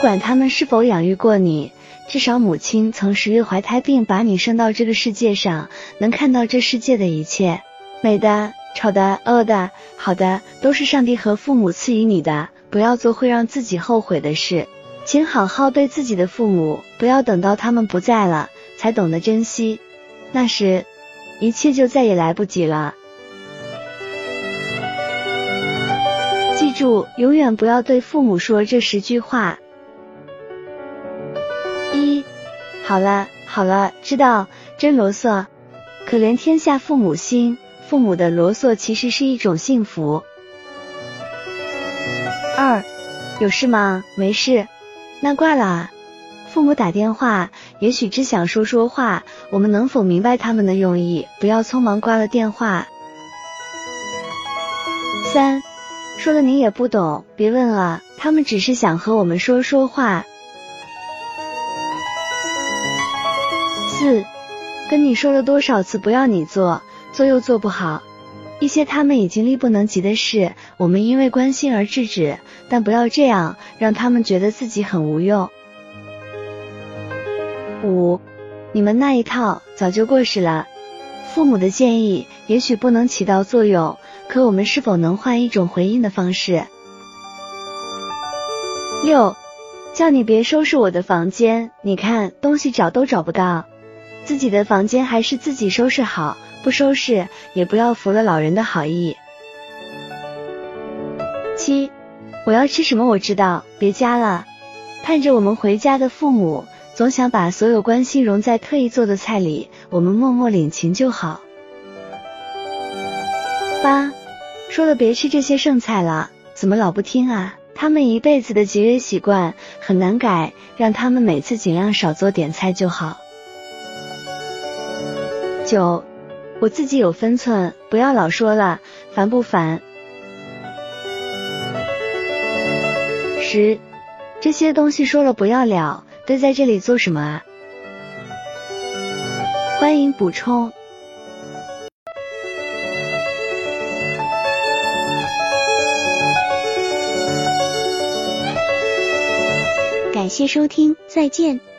管他们是否养育过你，至少母亲曾10月怀胎并把你生到这个世界上，能看到这世界的一切，美的、丑的、恶的、好的，都是上帝和父母赐予你的。不要做会让自己后悔的事，请好好对自己的父母，不要等到他们不在了才懂得珍惜，那时一切就再也来不及了。记住，永远不要对父母说这10句话。1. 好了，好了，知道，真啰嗦。可怜天下父母心，父母的啰嗦其实是一种幸福。2. 有事吗？没事。那挂了。父母打电话，也许只想说说话，我们能否明白他们的用意，不要匆忙挂了电话。3. 说了你也不懂，别问了，他们只是想和我们说说话。4. 跟你说了多少次不要你做，做又做不好。一些他们已经力不能及的事，我们因为关心而制止，但不要这样，让他们觉得自己很无用。5. 你们那一套早就过时了，父母的建议也许不能起到作用，可我们是否能换一种回应的方式？ 6. 叫你别收拾我的房间，你看东西找都找不到，自己的房间还是自己收拾好，不收拾也不要服了老人的好意。7. 我要吃什么我知道，别加了。盼着我们回家的父母，总想把所有关心融在特意做的菜里，我们默默领情就好。8. 说了别吃这些剩菜了，怎么老不听啊？他们一辈子的节约习惯很难改，让他们每次尽量少做点菜就好。9. 我自己有分寸，不要老说了，烦不烦？10. 这些东西说了不要了，堆在这里做什么啊？欢迎补充。 感谢收听，再见。